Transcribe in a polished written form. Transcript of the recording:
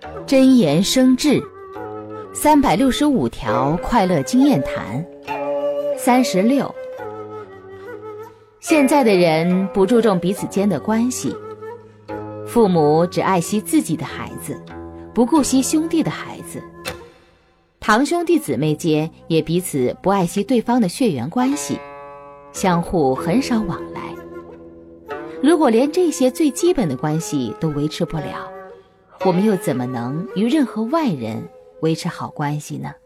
真言生智，365条快乐经验谈。36，现在的人不注重彼此间的关系，父母只爱惜自己的孩子，不顾惜兄弟的孩子，堂兄弟姊妹间也彼此不爱惜对方的血缘关系，相互很少往来。如果连这些最基本的关系都维持不了，我们又怎么能与任何外人维持好关系呢？